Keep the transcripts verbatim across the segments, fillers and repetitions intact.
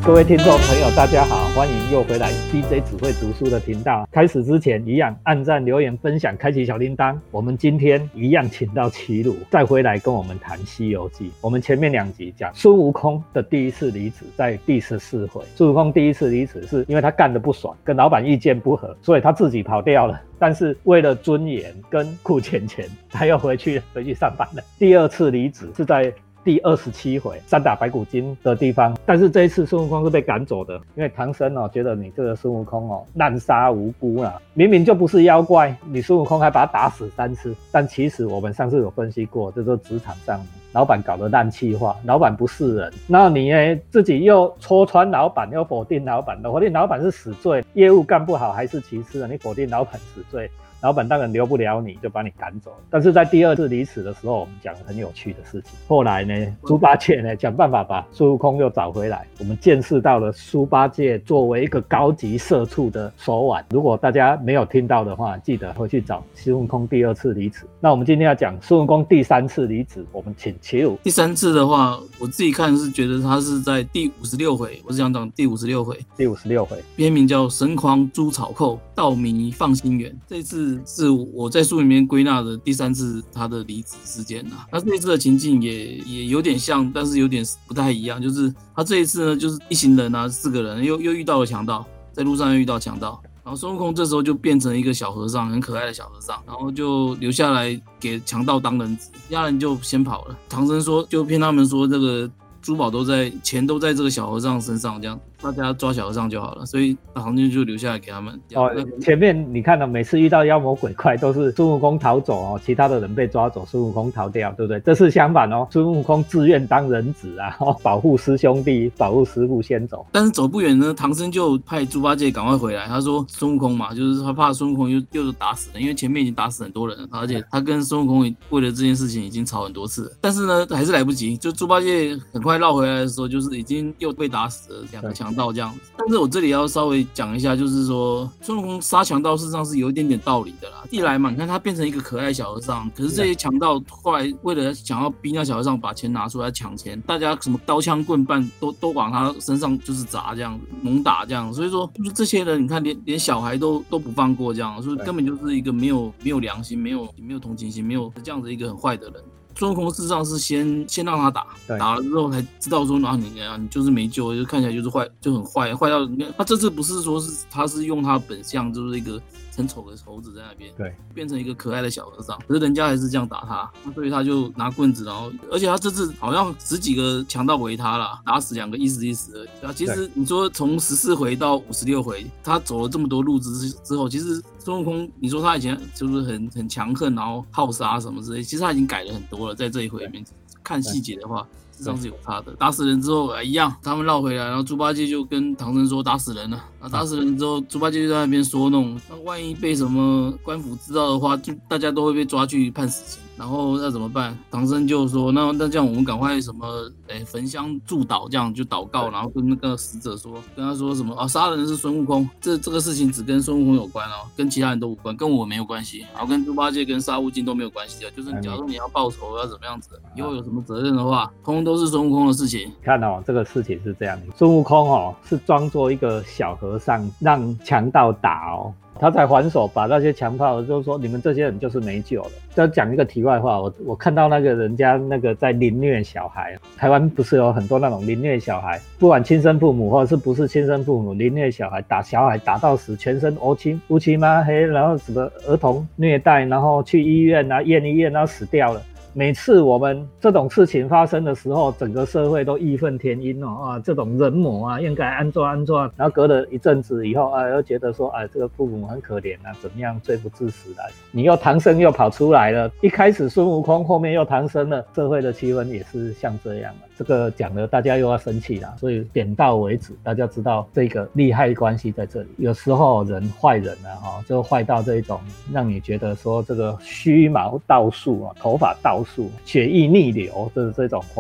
各位听众朋友大家好，欢迎又回来 D J 只会读书的频道。开始之前一样按赞留言分享开启小铃铛。我们今天一样请到齐鲁再回来跟我们谈西游记。我们前面两集讲孙悟空的第一次离职，在第十四回孙悟空第一次离职是因为他干得不爽，跟老板意见不合，所以他自己跑掉了，但是为了尊严跟顾钱钱他又回去回去上班了。第二次离职是在第二十七回三打白骨精的地方，但是这一次孙悟空是被赶走的，因为唐僧哦觉得你这个孙悟空哦滥杀无辜啦，明明就不是妖怪，你孙悟空还把他打死三次。但其实我们上次有分析过，这就是职场上老板搞的烂气话，老板不是人，那你呢自己又戳穿老板，又否定老板，否定老板是死罪，业务干不好还是其次，你否定老板死罪，老板当然留不了你，就把你赶走。但是在第二次离职的时候，我们讲了很有趣的事情。后来呢，猪八戒呢想办法把孙悟空又找回来，我们见识到了猪八戒作为一个高级社畜的手腕。如果大家没有听到的话，记得回去找孙悟空第二次离职。那我们今天要讲孙悟空第三次离职，我们请齐鲁。 第三次的话，我自己看是觉得他是在第五十六回，我是想讲第五十六回。 第五十六回， 篇名叫神狂猪草寇，道迷放心源。这次是我在书里面归纳的第三次他的离职事件啊。那这一次的情境也也有点像，但是有点不太一样，就是他这一次呢，就是一行人啊，四个人又又遇到了强盗，在路上又遇到强盗。然后孙悟空这时候就变成一个小和尚，很可爱的小和尚，然后就留下来给强盗当人质，其他人就先跑了。唐僧说，就骗他们说这个珠宝都在，钱都在这个小和尚身上，这样大家抓小和尚就好了，所以唐僧就留下来给他们。 哦，前面你看到、哦、每次遇到妖魔鬼怪都是孙悟空逃走哦，其他的人被抓走，孙悟空逃掉，对不对？这次相反哦，孙悟空自愿当人质啊，哦、保护师兄弟，保护师傅先走。 但是走不远呢，唐僧就派猪八戒赶快回来。他说孙悟空嘛，就是他怕孙悟空又又打死人，因为前面已经打死很多人了，而且他跟孙悟空为了这件事情已经吵很多次了。但是呢，还是来不及，就猪八戒很快绕回来的时候，就是已经又被打死了两个强盗这样子。但是我这里要稍微讲一下，就是说孙悟空杀强盗事实上是有一点点道理的啦。一来嘛，你看他变成一个可爱小和尚，可是这些强盗后来为了想要逼那小和尚把钱拿出来抢钱，大家什么刀枪棍棒都都往他身上就是砸这样子，猛打这样，所以说就是这些人你看连连小孩都都不放过这样，所以根本就是一个没有没有良心、没有没有同情心、没有这样子一个很坏的人。孙悟空事实上是先先让他打，打了之后才知道说啊你啊你就是没救，就看起来就是坏，就很坏，坏到他这次不是说是他是用他本相就是一个很丑的猴子在那边，对，变成一个可爱的小和尚，可是人家还是这样打他，所以他就拿棍子，然后而且他这次好像十几个强盗围他啦，打死两个，意思意思而已。啊，其实你说从十四回到五十六回，他走了这么多路之之后，其实孙悟空，你说他以前就是很很强横，然后好杀什么之类，其实他已经改了很多了，在这一回里面看细节的话。事实上是有差的，打死人之后、啊、一样，他们绕回来，然后猪八戒就跟唐僧说打死人了。啊，打死人之后，猪八戒就在那边说弄，那万一被什么官府知道的话，就大家都会被抓去判死刑。然后那怎么办？唐僧就说，那那这样我们赶快什么，哎，焚香祝祷，这样就祷告，然后跟那个使者说，跟他说什么啊，杀人是孙悟空，这这个事情只跟孙悟空有关哦，跟其他人都无关，跟我没有关系，然后跟猪八戒跟沙悟净都没有关系的，就是假如你要报仇要怎么样子，以后有什么责任的话，通通都是孙悟空的事情。 看哦，这个事情是这样的，孙悟空哦是装作一个小和尚，让强盗打哦。他才还手，把那些强盗就是说你们这些人就是没救了。再讲一个题外话，我我看到那个人家那个在凌虐小孩，台湾不是有很多那种凌虐小孩，不管亲生父母或者是不是亲生父母凌虐小孩，打小孩打到死，全身乌漆乌漆嘛黑，然后什么儿童虐待，然后去医院啊验一验，然后死掉了。每次我们这种事情发生的时候，整个社会都义愤填膺哦啊，这种人魔啊，应该安坐安坐。然后隔了一阵子以后啊，又觉得说啊，这个父母很可怜啊，怎么样罪不至死的。你又唐僧又跑出来了，一开始孙悟空，后面又唐僧了，社会的气氛也是像这样的。这个讲了，大家又要生气了，所以点到为止，大家知道这个利害关系在这里。有时候人坏人啊，哈，就坏到这种让你觉得说这个虚毛倒竖啊，头发倒竖，血液逆流，这这种坏。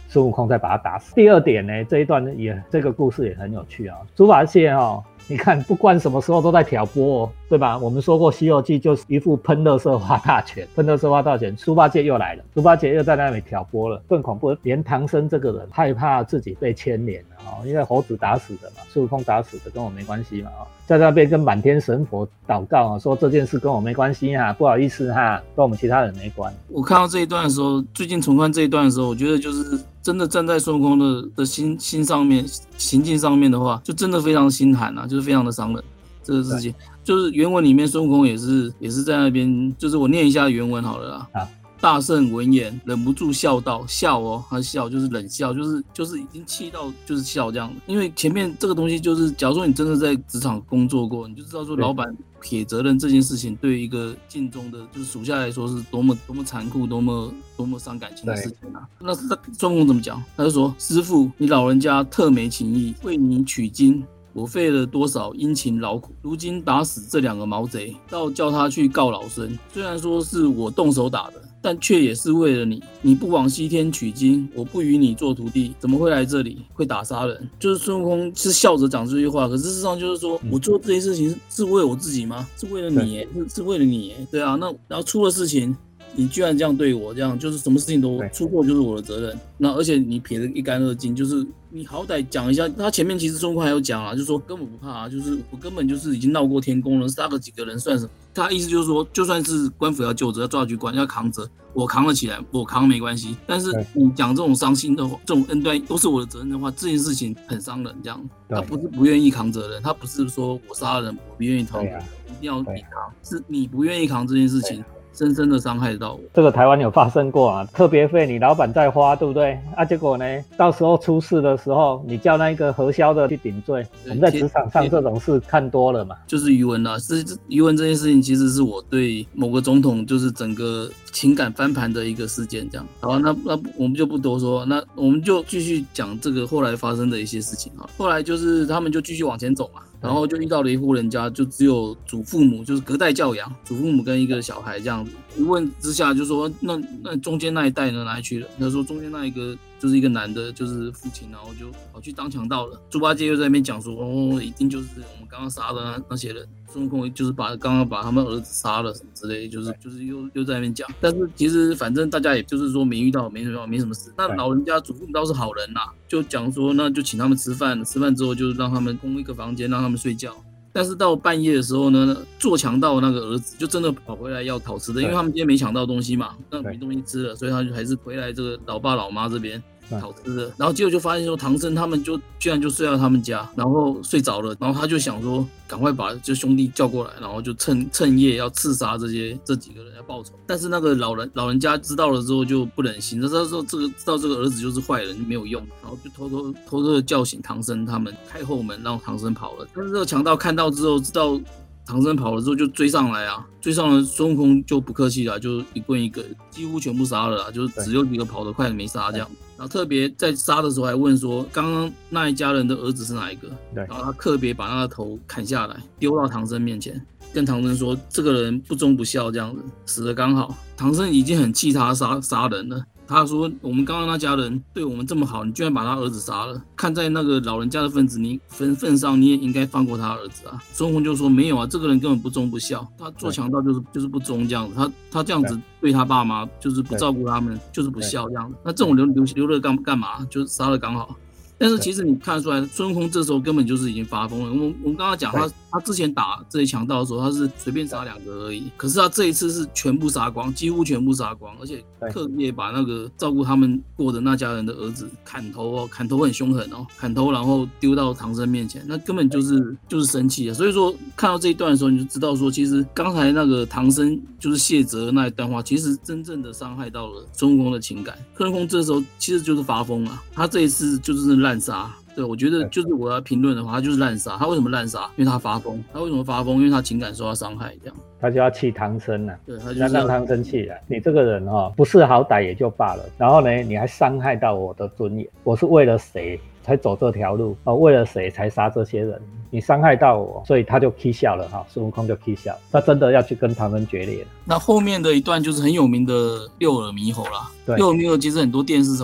孙悟空再把他打死。第二点呢，这一段也这个故事也很有趣啊、哦。猪八戒哦，你看不管什么时候都在挑拨哦，对吧？我们说过《西游记》就是一副喷垃圾话大全，喷垃圾话大全，猪八戒又来了，猪八戒又在那里挑拨了。更恐怖，连唐僧这个人害怕自己被牵连了哦，因为猴子打死的嘛，孙悟空打死的跟我没关系嘛哦，在那边跟满天神佛祷告啊，说这件事跟我没关系哈，不好意思哈，跟我们其他人没关。 我看到这一段的时候，最近重看这一段的时候，我觉得就是真的站在孙悟空的的心心上面、行径上面的话，就真的非常心寒啊，就是非常的伤人。这个事情就是原文里面孙悟空也是也是在那边，就是我念一下原文好了啦。啊，大圣闻言忍不住笑道，笑哦，他笑就是冷笑，就是就是已经气到就是笑这样的。因为前面这个东西就是，假如说你真的在职场工作过，你就知道说老板撇责任这件事情对于一个尽忠的就是属下来说是多么多么残酷，多么多么伤感情的事情啊。那孙悟空怎么讲？他就说：师父，你老人家特没情义，为你取经，我费了多少殷勤劳苦，如今打死这两个毛贼，倒叫他去告老孙。虽然说是我动手打的，但却也是为了你。你不往西天取经，我不与你做徒弟，怎么会来这里？会打杀人？就是孙悟空是笑着讲这句话，可是事实上就是说，我做这些事情是为了我自己吗？是为了你耶，是是为了你耶，对啊。那然后出了事情，你居然这样对我，这样就是什么事情都出错就是我的责任。那而且你撇得一干二净，就是你好歹讲一下，他前面其实孙悟空还有讲啊，就是说根本不怕啊，就是我根本就是已经闹过天宫了，杀个几个人算什么？他意思就是说，就算是官府要救责，要抓去关，要扛责，我扛了起来，我扛没关系。但是你讲这种伤心的话，这种恩断都是我的责任的话，这件事情很伤人。这样，他不是不愿意扛责任，他不是说我杀人我不愿意扛责任，一定要你扛，是你不愿意扛这件事情。深深的伤害到我。这个台湾有发生过啊，特别费你老板在花，对不对啊？结果呢，到时候出事的时候，你叫那个核销的去顶罪。我们在职场上这种事看多了嘛。 就是余文啦，是余文这件事情，其实是我对某个总统就是整个情感翻盘的一个事件，这样。好，那那我们就不多说，那我们就继续讲这个后来发生的一些事情啊。后来就是他们就继续往前走嘛。然后就遇到了一户人家，就只有祖父母，就是隔代教养，祖父母跟一个小孩这样子。一问之下就说，那那中间那一代呢哪里去了？他说中间那一个就是一个男的，就是父亲，然后就跑去当强盗了。猪八戒又在那边讲说，哦，一定就是我们刚刚杀的 那, 那些人。孙悟空就是把刚刚把他们儿子杀了什么之类的，就是就是又又在那边讲。但是其实反正大家也就是说没遇到，没什么没什么事。那老人家祖父母倒是好人啦，就讲说那就请他们吃饭，吃饭之后就让他们空一个房间让他们睡觉。但是到半夜的时候呢，做强盗的那个儿子就真的跑回来要讨吃的，因为他们今天没抢到东西嘛，那没东西吃了，所以他就还是回来这个老爸老妈这边讨吃的。然后结果就发现说，唐僧他们就居然就睡到他们家，然后睡着了，然后他就想说赶快把就兄弟叫过来，然后就趁趁夜要刺杀这些这几个人要报仇。但是那个老人老人家知道了之后就不忍心，他说这个知道这个儿子就是坏人没有用，然后就偷偷偷偷的叫醒唐僧他们，开后门让唐僧跑了。但是这个强盗看到之后知道唐僧跑了之后就追上来啊，追上了孙悟空就不客气了，就一棍一个几乎全部杀了啦，就是只有几个跑得快的没杀这样。然后特别在杀的时候还问说，刚刚那一家人的儿子是哪一个？然后他特别把那个头砍下来丢到唐僧面前，跟唐僧说这个人不忠不孝这样子，死得刚好。唐僧已经很气他杀杀人了。他说我们刚刚那家人对我们这么好，你居然把他儿子杀了，看在那个老人家的份子你份份上，你也应该放过他儿子啊。孙悟空就说没有啊，这个人根本不忠不孝，他做强盗就是就是不忠这样子，他他这样子对他爸妈就是不照顾他们，就是不孝这样子。那这种留留留了干干嘛？就是杀了刚好。但是其实你看得出来，孙悟空这时候根本就是已经发疯了。我们我们刚刚讲他，他之前打这些强盗的时候，他是随便杀两个而已。可是他这一次是全部杀光，几乎全部杀光，而且特别把那个照顾他们过的那家人的儿子砍头哦，砍头很凶狠哦，砍头然后丢到唐僧面前，那根本就是就是生气啊。所以说看到这一段的时候，你就知道说，其实刚才那个唐僧就是谢责的那一段话，其实真正的伤害到了孙悟空的情感。孙悟空这时候其实就是发疯啊，他这一次就是烂杀。对，我觉得就是我要评论的话，他就是烂杀。他为什么烂杀？因为他发疯。他为什么发疯？因为他情感受到伤害，这样。 他就要气唐僧啊， 对，他就是让唐僧气啊。你这个人哦，不识好歹也就罢了，然后呢，你还伤害到我的尊严。我是为了谁才走这条路？哦，为了谁才杀这些人？你伤害到我，所以他就气笑了哈。孙悟空就气笑，他真的要去跟唐僧决裂了。 那后面的一段就是很有名的六耳猕猴啦。六耳猕猴其实很多电视什么什么的。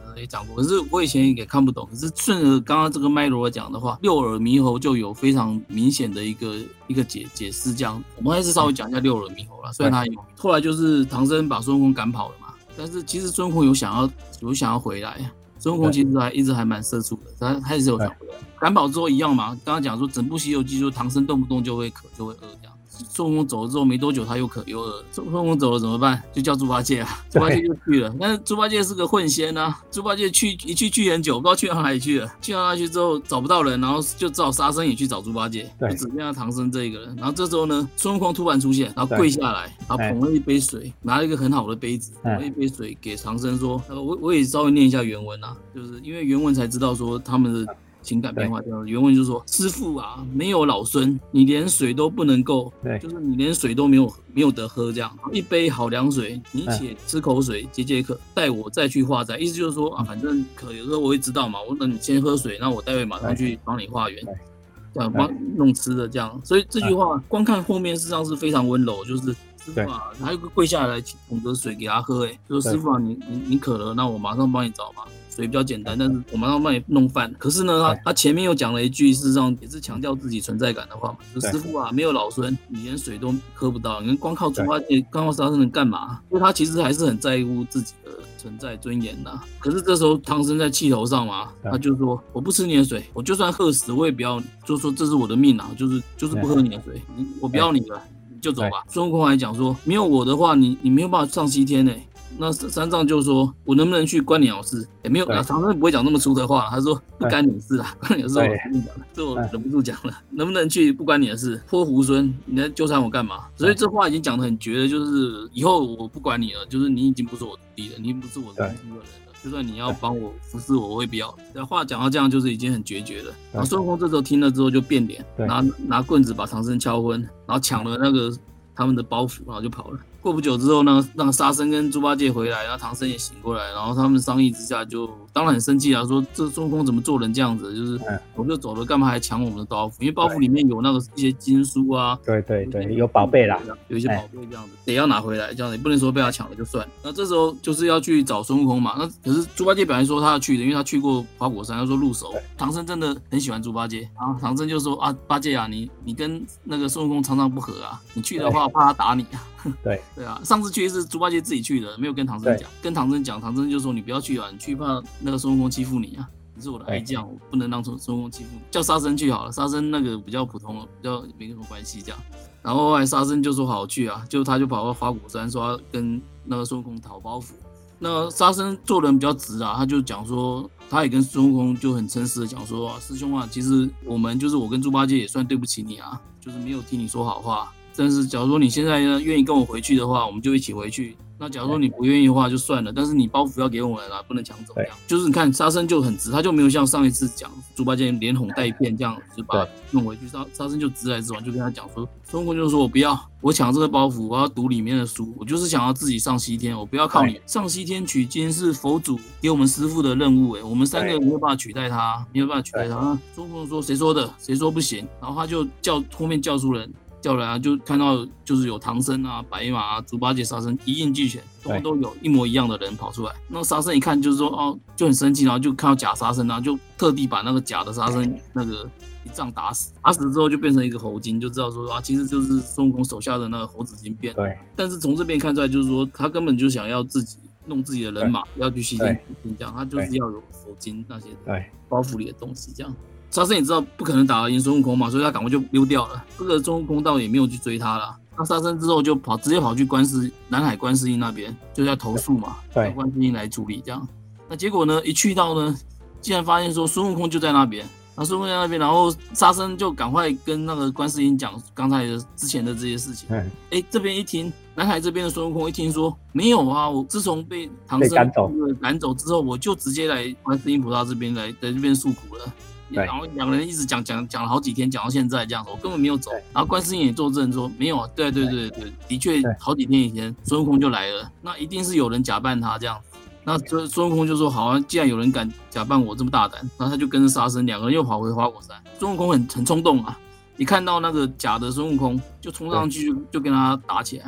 也讲过，可是我以前也看不懂。可是顺着刚刚这个脉络讲的话，六耳猕猴就有非常明显的一个一个解解释。这样，我们还是稍微讲一下六耳猕猴啦。虽然他有，后来就是唐僧把孙悟空赶跑了嘛，但是其实孙悟空有想要有想要回来。孙悟空其实还一直还蛮社畜的，他还是有想回来。赶跑之后一样嘛，刚刚讲说整部《西游记》就是唐僧动不动就会渴就会饿这样。孙悟空走了之后没多久他又渴又饿，孙悟空走了怎么办？就叫猪八戒啊，猪八戒就去了。但是猪八戒是个混仙啊，猪八戒去一去去很久，不知道去到哪里去了。去到哪里去之后找不到人，然后就只好沙僧也去找猪八戒，就只剩下唐僧这一个人。然后这时候呢，孙悟空突然出现，然后跪下来，然后捧了一杯水，拿了一个很好的杯子，捧了一杯水给唐僧说：“呃、我我也稍微念一下原文啊，就是因为原文才知道说他们的。”情感变化这样，原文就是说：“师父啊，没有老孙，你连水都不能够，就是你连水都没有没有得喝，这样一杯好凉水，你且吃口水解解渴，待我再去化斋。”意思就是说啊，反正渴有时候我会知道嘛，我等你先喝水，那我待会马上去帮你化缘，这样帮弄吃的这样。所以这句话光看后面事实上是非常温柔，就是师父啊，还有个跪下来捧着水给他喝，哎，就是师父啊，你你你渴了，那我马上帮你找嘛。水比较简单，但是我马上帮你弄饭。可是呢，他他前面又讲了一句，事实上也是强调自己存在感的话嘛，就师父啊，没有老孙，你连水都喝不到，你光靠猪八戒、光靠沙僧能干嘛？所以他其实还是很在乎自己的存在尊严的。可是这时候唐僧在气头上嘛，他就说：“我不吃你的水，我就算饿死我也不要，就说这是我的命啊，就是就是不喝你的水，我不要你了，你就走吧。”孙悟空还讲说：“没有我的话，你你没有办法上西天呢、欸。”那三藏就说：“我能不能去关你鸟事？”也没有，唐僧不会讲那么粗的话，他说：“不干你的事啦，关你的事我忍不住讲了，这我忍不住讲了。能不能去不关你的事？泼猢狲，你在纠缠我干嘛？”所以这话已经讲得很绝了，就是以后我不管你了，就是你已经不是我徒弟了，你不是我的服务的人了。就算你要帮我服侍我，我会不要。话讲到这样，就是已经很决绝了。然后孙悟空这时候听了之后就变脸，拿拿棍子把唐僧敲昏，然后抢了那个他们的包袱，然后就跑了。过不久之后呢，让沙僧跟猪八戒回来，然后唐僧也醒过来，然后他们商议之下就当然很生气啊，说这孙悟空怎么做人这样子，就是我就走了，干嘛还抢我们的包袱？因为包袱里面有那个一些经书啊， 对对对，有宝贝啦， 有一些宝贝这样子，得要拿回来，这样子也不能说被他抢了就算。那这时候就是要去找孙悟空嘛，那可是猪八戒本来说他要去的，因为他去过花果山，他说入手。唐僧真的很喜欢猪八戒，然后唐僧就说啊，八戒啊，你你跟那个孙悟空常常不合啊，你去的话怕他打你啊。 对对啊，上次去是猪八戒自己去的，没有跟唐僧讲。跟唐僧讲，唐僧就说你不要去啊，你去怕那个孙悟空欺负你啊，你是我的爱将，我不能让孙悟空欺负你。叫沙僧去好了，沙僧那个比较普通，比较没什么关系这样。然后后来沙僧就说好去啊，就他就跑到花果山说要跟那个孙悟空讨包袱。那沙僧做人比较直啊，他就讲说，他也跟孙悟空就很诚实的讲说啊，师兄啊，其实我们就是我跟猪八戒也算对不起你啊，就是没有听你说好话。但是假如说你现在呢愿意跟我回去的话，我们就一起回去。那假如说你不愿意的话就算了，但是你包袱要给我们啦，不能抢走这样。就是你看沙僧就很直，他就没有像上一次讲猪八戒连哄带骗这样就把他弄回去。沙沙僧就直来直往，就跟他讲说，孙悟空就说我不要，我抢这个包袱，我要读里面的书，我就是想要自己上西天，我不要靠你。上西天取经是佛祖给我们师父的任务，哎，我们三个没有办法取代他，没有办法取代他。孙悟空说谁说的？谁说不行？然后他就叫后面叫出人。叫来啊，就看到就是有唐僧啊、白马啊、猪八戒、沙僧一应俱全，都都有一模一样的人跑出来。那沙僧一看就是说哦，就很生气，然后就看到假沙僧，然后就特地把那个假的沙僧那个一杖打死。打死之后就变成一个猴精，就知道说啊，其实就是孙悟空手下的那个猴子精变。对。但是从这边看出来，就是说他根本就想要自己弄自己的人马，要去西天这样，他就是要有佛经那些包袱里的东西这样。沙僧也知道不可能打得赢孙悟空嘛，所以他赶快就溜掉了。这个孙悟空倒也没有去追他了。那沙僧之后就跑，直接跑去观世南海观世音那边，就要投诉嘛，让观世音来处理这样。那结果呢，一去到呢，竟然发现说孙悟空就在那边。那孙悟空在那边，然后沙僧就赶快跟那个观世音讲刚才的之前的这些事情。哎，这边一听，南海这边的孙悟空一听说没有啊，我自从被唐僧赶走赶走之后，我就直接来观世音菩萨这边来在这边诉苦了。然后两个人一直讲讲讲了好几天，讲到现在这样子，我根本没有走。然后观世音也作证说没有啊，对对对对，的确好几天以前孙悟空就来了，那一定是有人假扮他这样。那孙悟空就说好啊，既然有人敢假扮我这么大胆，然后他就跟着沙僧两个人又跑回花果山。孙悟空很很冲动啊，一看到那个假的孙悟空就冲上去就就跟他打起来。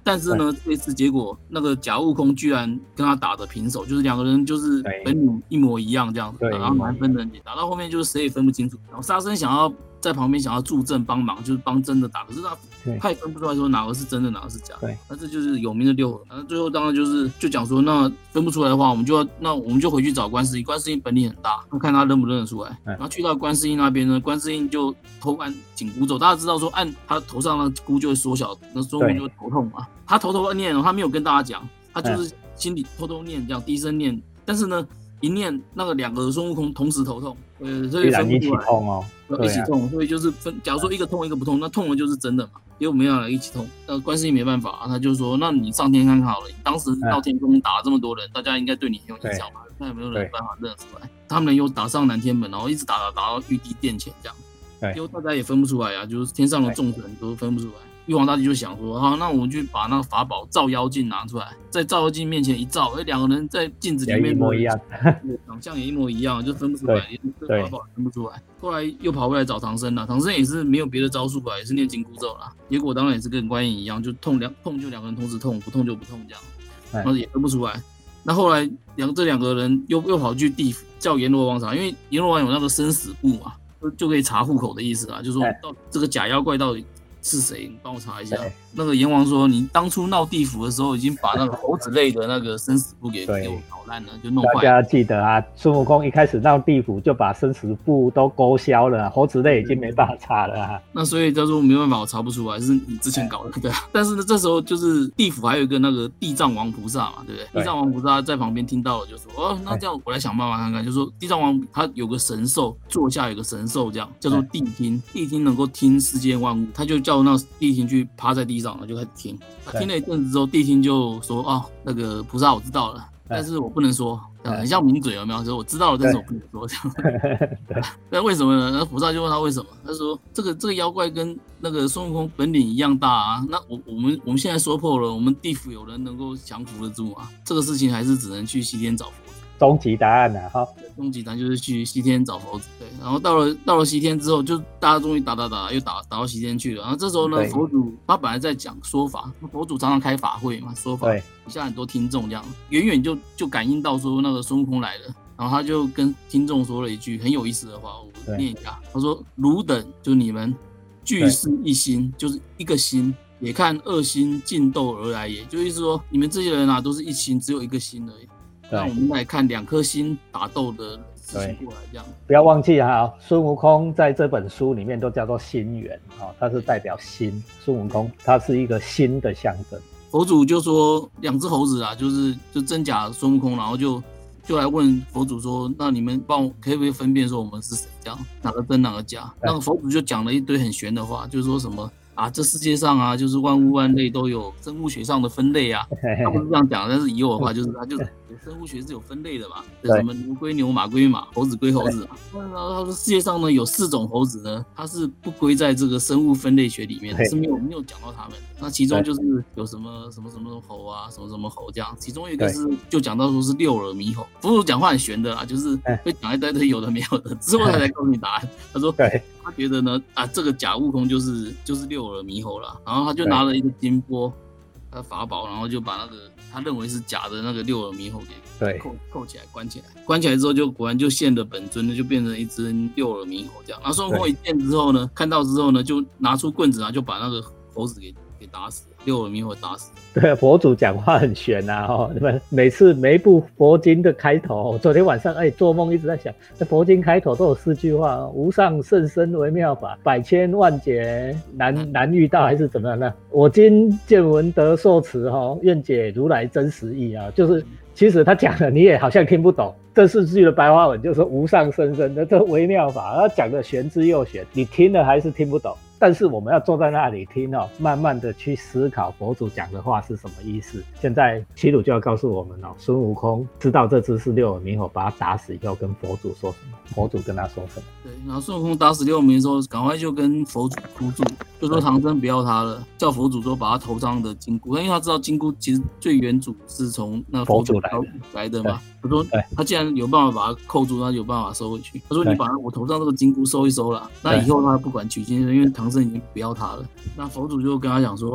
但是呢，这次结果那个假悟空居然跟他打的平手，就是两个人就是本领一模一样这样子，然后蛮分人打到后面就是谁也分不清楚。然后沙僧想要在旁边想要助阵帮忙，就是帮真的打，可是他他也分不出来说哪个是真的哪个是假的。那这就是有名的六合。然后最后当然就是就讲说，那分不出来的话，我们就要那我们就回去找观世音，观世音本领很大，看他认不认得出来。然后去到观世音那边呢，观世音就偷按紧箍咒，大家知道说按他头上那箍就会缩小，那孙悟空就会头痛嘛。他偷偷念，他没有跟大家讲，他就是心里偷偷念这样低声念，但是呢。一念那个两个孙悟空同时头痛，呃，所以分不出来，痛哦，一起痛，所以就是分。假如说一个痛一个不痛，那痛的就是真的嘛，因为我们要一起痛。那观世音没办法，他就说，那你上天看看好了，当时到天宫打了这么多人，大家应该对你很有印象吧？那有没有人办法认出来？他们又打上南天门，然后一直打打打到玉帝殿前这样，因为大家也分不出来啊，就是天上的众神都分不出来。玉皇大帝就想说，好，那我们就把那个法宝照妖镜拿出来，在照妖镜面前一照，哎，两个人在镜子里面一模一样， 长相也一模一样，就分不出来，这法宝分不出来。后来又跑回来找唐僧了，唐僧也是没有别的招数吧，也是念紧箍咒啦。结果当然也是跟观音一样，就痛两痛就两个人同时痛，不痛就不痛这样，然后也分不出来。那后来两这两个人又又跑去地府叫阎罗王查，因为阎罗王有那个生死簿嘛，就就可以查户口的意思啊，就是说到这个假妖怪到底是谁？你帮我查一下。那个阎王说，你当初闹地府的时候，已经把那个猴子类的那个生死簿给给我搞烂了，就弄坏了。 大家记得啊，孙悟空一开始闹地府就把生死簿都勾销了，猴子类已经没办法查了啊。 那所以他说没办法，我查不出来，是你之前搞的，对啊。但是呢，这时候就是地府还有一个那个地藏王菩萨嘛，对不对？地藏王菩萨在旁边听到了，就说哦，那这样我来想办法看看，就说地藏王他有个神兽，座下有个神兽，这样叫做谛听，谛听能够听世间万物，他就叫那谛听去趴在地上，就开始听。听了一阵子之后，谛听就说：“哦，那个菩萨我知道了，但是我不能说，很像抿嘴有没有？说我知道了，但是我不能说这样。那为什么呢？那菩萨就问他为什么？他说这个这个妖怪跟那个孙悟空本领一样大啊。那我我们我们现在说破了，我们地府有人能够降服得住啊？这个事情还是只能去西天找佛祖。” 终极答案啊，哈， 终极答案就是去西天找佛祖，对，然后到了到了西天之后，就大家终于打打打，又打打到西天去了。然后这时候呢，佛祖他本来在讲说法，佛祖常常开法会嘛，说法，底下很多听众这样，远远就就感应到说那个孙悟空来了，然后他就跟听众说了一句很有意思的话，我念一下，他说：“汝等就你们俱是一心，就是一个心。”也看二心竞斗而来也，就意思说你们这些人啊都是一心，只有一个心而已。那我们来看两颗心打斗的事情过来，这样不要忘记哈，孙悟空在这本书里面都叫做心猿啊，它是代表心。孙悟空它是一个心的象征。 佛祖就说两只猴子啊，就是就真假孙悟空，然后就就来问佛祖说，那你们帮我可不可以分辨说我们是谁？这样哪个真哪个假？那个佛祖就讲了一堆很玄的话，就是说什么。啊，这世界上啊，就是万物万类都有生物学上的分类啊。他不是这样讲，但是以我的话，就是他就是生物学是有分类的嘛，什么牛归牛，马归马，猴子归猴子嘛。然后他说世界上呢有四种猴子呢，它是不归在这个生物分类学里面，是没有没有讲到它们。那其中就是有什么什么什么猴啊，什么什么猴这样，其中一个是就讲到说是六耳猕猴。佛祖讲话很玄的啊，就是会讲一堆堆有的没有的，之后他才告诉你答案。他说他觉得呢啊，这个假悟空就是就是六耳猕猴啦，然后他就拿了一个金钵，他的法宝，然后就把那个他认为是假的那个六耳猕猴给扣扣起来，关起来，关起来之后就果然就现了本尊，就变成一只六耳猕猴这样。然后孙悟空一见之后呢，看到之后呢，就拿出棍子啊，就把那个猴子给给打死，六耳猕猴打死。 对，佛祖讲话很玄啊，哦，你们每次每一部佛经的开头，我昨天晚上哎做梦一直在想，那佛经开头都有四句话，无上甚深微妙法，百千万劫难难遇到，还是怎么样呢？我今见闻得受持哈，愿解如来真实义啊，就是其实他讲的你也好像听不懂。这四句的白话文就是无上甚深的这微妙法，他讲的玄之又玄，你听了还是听不懂。但是我们要坐在那里听哦，慢慢的去思考佛祖讲的话是什么意思。现在齐鲁就要告诉我们哦，孙悟空知道这只是六耳猕猴，把他打死以后，跟佛祖说什么？佛祖跟他说什么？ 对，然后孙悟空打死六耳猕猴的时候，赶快就跟佛祖哭诉，就说唐僧不要他了，叫佛祖说把他头上的金箍，因为他知道金箍其实最原主是从那个佛祖来的嘛。他说他既然有办法把它扣住，他有办法收回去。他说你把我头上这个金箍收一收啦，那以后他不管取经，因为唐僧已经不要他了。那佛祖就跟他讲说啊，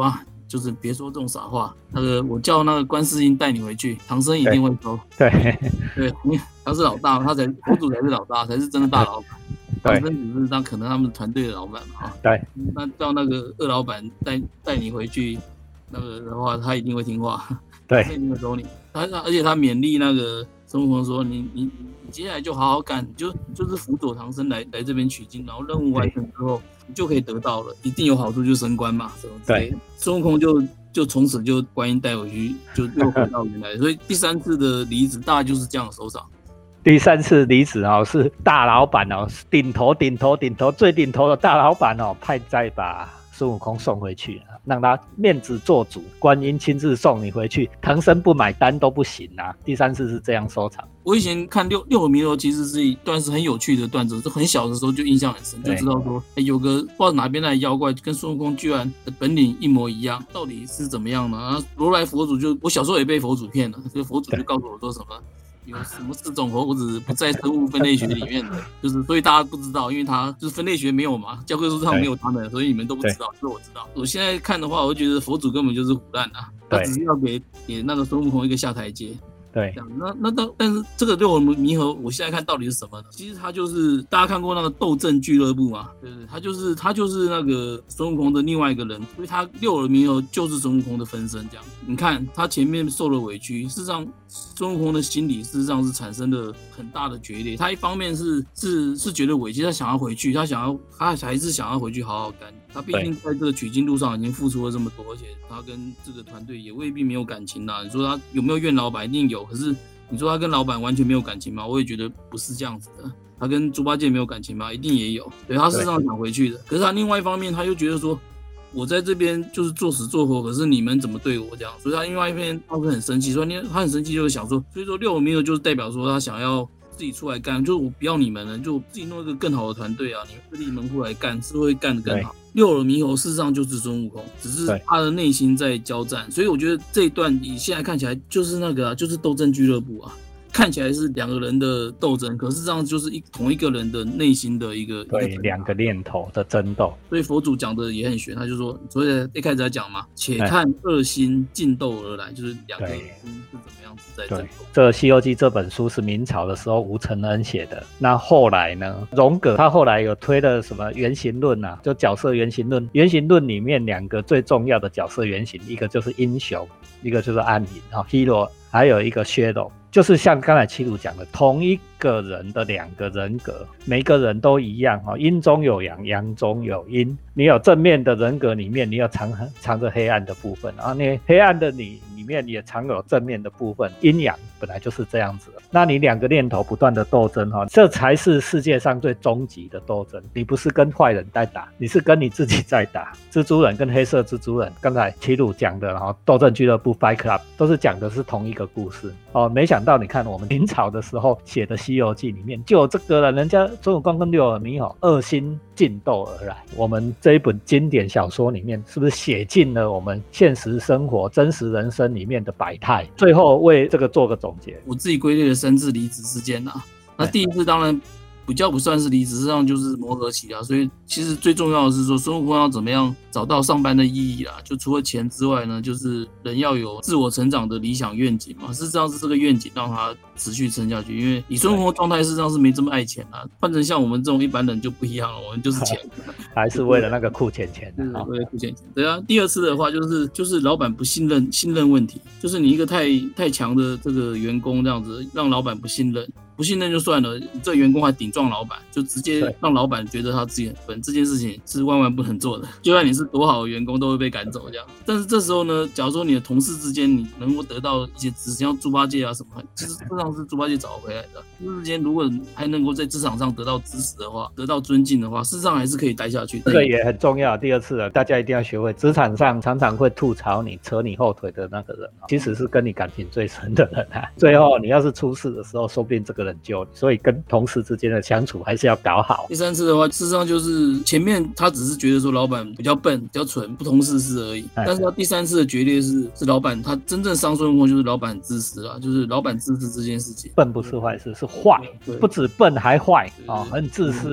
就是别说这种傻话，那个我叫那个观世音带你回去，唐僧一定会收。 对对，因为他是老大，他才佛祖才是老大，才是真的大老板。唐僧只是当可能他们团队的老板嘛， 对， 那叫那个二老板带带你回去，那个的话他一定会听话， 对， 他一定会收你。他而且他勉励那个孙悟空说：“你你你接下来就好好干，你就就是辅佐唐僧来来这边取经，然后任务完成之后，你就可以得到了，一定有好处，就升官嘛，什么之类的。”孙悟空就就从此就观音带回去，就又回到原来。所以第三次的离职大概就是这样的收场。 第三次离职哦，是大老板哦，顶头顶头顶头最顶头的大老板哦，派再把孙悟空送回去，让他面子做主，观音亲自送你回去，唐僧不买单都不行啊。第三次是这样收场。 我以前看六六耳猕猴其实是一段是很有趣的段子，就很小的时候就印象很深，就知道说、欸、有个不知道哪边来的妖怪跟孙悟空居然的本领一模一样，到底是怎么样呢？然后如来佛祖就我小时候也被佛祖骗了，所以佛祖就告诉我说什么。有什么四种猴子不在生物分类学里面的，就是所以大家不知道，因为它就是分类学没有嘛，教科书上没有他们，所以你们都不知道，所以我知道。我现在看的话，我就觉得佛祖根本就是唬烂啊，他只是要给给那个孙悟空一个下台阶。对，那那但但是这个六耳猕猴，我现在看到底是什么呢？其实它就是大家看过那个斗阵俱乐部嘛，对不对？他就是他就是那个孙悟空的另外一个人，所以他六耳猕猴就是孙悟空的分身。这样，你看他前面受了委屈，事实上孙悟空的心理事实上是产生了很大的决裂。他一方面是是是觉得委屈，他想要回去，他想要他还是想要回去好好干。他毕竟在这个取经路上已经付出了这么多，而且他跟这个团队也未必没有感情啦。你说他有没有怨老板？一定有。可是你说他跟老板完全没有感情吗？我也觉得不是这样子的。他跟猪八戒没有感情吗？一定也有。对，他事实上想回去的。可是他另外一方面，他又觉得说，我在这边就是做死做活，可是你们怎么对我这样？所以他另外一方面他是很生气，所以他很生气就是想说，所以说六耳猕猴就是代表说他想要自己出来干，就是我不要你们了，就自己弄一个更好的团队啊！你们自立门户来干，是会干得更好。六耳猕猴事实上就是孙悟空，只是他的内心在交战，所以我觉得这一段以现在看起来就是那个啊，就是斗争俱乐部啊。看起来是两个人的斗争，可是这样就是一同一个人的内心的一个对两个念头的争斗。 所以佛祖讲的也很玄，他就说，所以一开始在讲嘛，且看二心竞斗而来，就是两个人是怎么样子在争斗。 这个《西游记》这本书是明朝的时候吴承恩写的，那后来呢，荣格他后来有推了什么原型论啊，就角色原型论。原型论里面两个最重要的角色原型，一个就是英雄，一个就是暗影啊 ，hero， 还有一个 shadow。就是像刚才七鲁讲的，同一个人的两个人格，每个人都一样，阴中有阳，阳中有阴。你有正面的人格里面，你有藏藏着黑暗的部分，然后你黑暗的你里面也藏有正面的部分，阴阳本来就是这样子的。那你两个念头不断的斗争，这才是世界上最终极的斗争。你不是跟坏人在打，你是跟你自己在打。蜘蛛人跟黑色蜘蛛人，刚才齐鲁讲的斗争俱乐部 Fight Club 都是讲的是同一个故事哦。没想到你看我们明朝的时候写的《西游记》里面就有这个了，人家孙悟空跟六耳猕猴二心竞斗而来。我们这一本经典小说里面是不是写进了我们现实生活真实人生里面的百态？最后为这个做个总结， 我自己归类了三次离职事件啊。那第一次当然比较不算是离职，实际上就是磨合期啊。所以其实最重要的是说，孙悟空要怎么样找到上班的意义啦？就除了钱之外呢，就是人要有自我成长的理想愿景嘛。事实上是这个愿景让他持续撑下去，因为以孙悟空的状态，事实上是没这么爱钱啊。换成像我们这种一般人就不一样了，我们就是钱， 还是为了那个库钱钱的， 对，为了库钱钱。对啊，第二次的话就是就是老板不信任信任问题，就是你一个太太强的这个员工这样子，让老板不信任。不信任就算了，这员工还顶撞老板，就直接让老板觉得他自己很笨，这件事情是万万不能做的。就算你是多好的员工，都会被赶走这样。但是这时候呢，假如说你的同事之间，你能够得到一些支持，像猪八戒啊什么，其实事实上是猪八戒找回来的。同事之间如果还能够在职场上得到支持的话，得到尊敬的话，事实上还是可以待下去。 这个也很重要。第二次了，大家一定要学会，职场上常常会吐槽你、扯你后腿的那个人，其实是跟你感情最深的人啊。最后你要是出事的时候，说不定这个人救你。所以跟同事之间的相处还是要搞好。 第三次的话，事实上就是前面他只是觉得说老板比较笨、比较蠢、不通世事而已。但是他第三次的决裂是，是老板他真正伤孙悟空，就是老板自私啊，就是老板自私这件事情。 笨不是坏事，是坏，不止笨还坏啊、哦，很自私。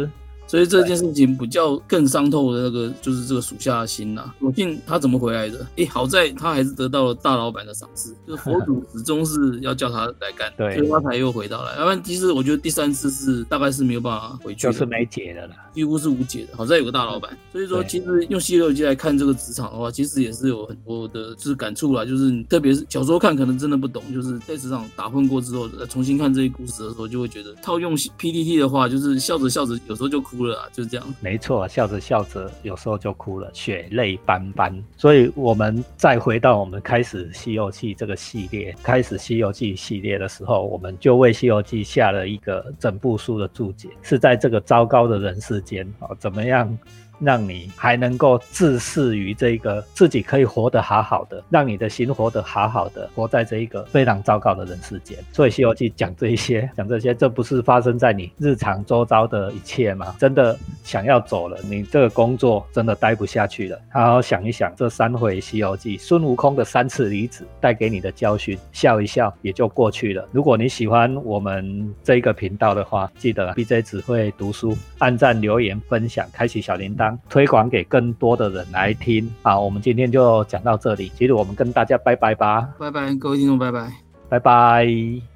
所以这件事情比较更伤透的那个就是这个属下的心呐、啊。我信他怎么回来的？哎，好在他还是得到了大老板的赏识，就是佛祖始终是要叫他来干， 对， 所以他才又回到来。要不然其实我觉得第三次是大概是没有办法回去的， 就是没解的啦， 几乎是无解的。好在有个大老板，所以说其实用《西游记》来看这个职场的话，其实也是有很多的就是感触啦，就是特别是小时候看可能真的不懂，就是在职场打混过之后，重新看这些故事的时候，就会觉得套用 P T T 的话，就是笑着笑着有时候就哭了啊，就是这样。 没错，笑着笑着有时候就哭了，血泪斑斑。所以我们再回到我们开始《西游记》这个系列，开始《西游记》系列的时候，我们就为《西游记》下了一个整部书的注解，是在这个糟糕的人世间，哦，怎么样让你还能够自视于这个自己可以活得好好的，让你的心活得好好的，活在这一个非常糟糕的人世间。所以《西游记》讲这一些，讲这些，这不是发生在你日常周遭的一切吗？真的想要走了，你这个工作真的待不下去了，好好想一想这三回《西游记》，孙悟空的三次离子带给你的教训，笑一笑也就过去了。如果你喜欢我们这个频道的话，记得 B J 只会读书，按赞、留言、分享，开启小铃铛，推广给更多的人来听。好，我们今天就讲到这里，其实我们跟大家拜拜吧， 拜拜，各位听众，拜拜， 拜拜。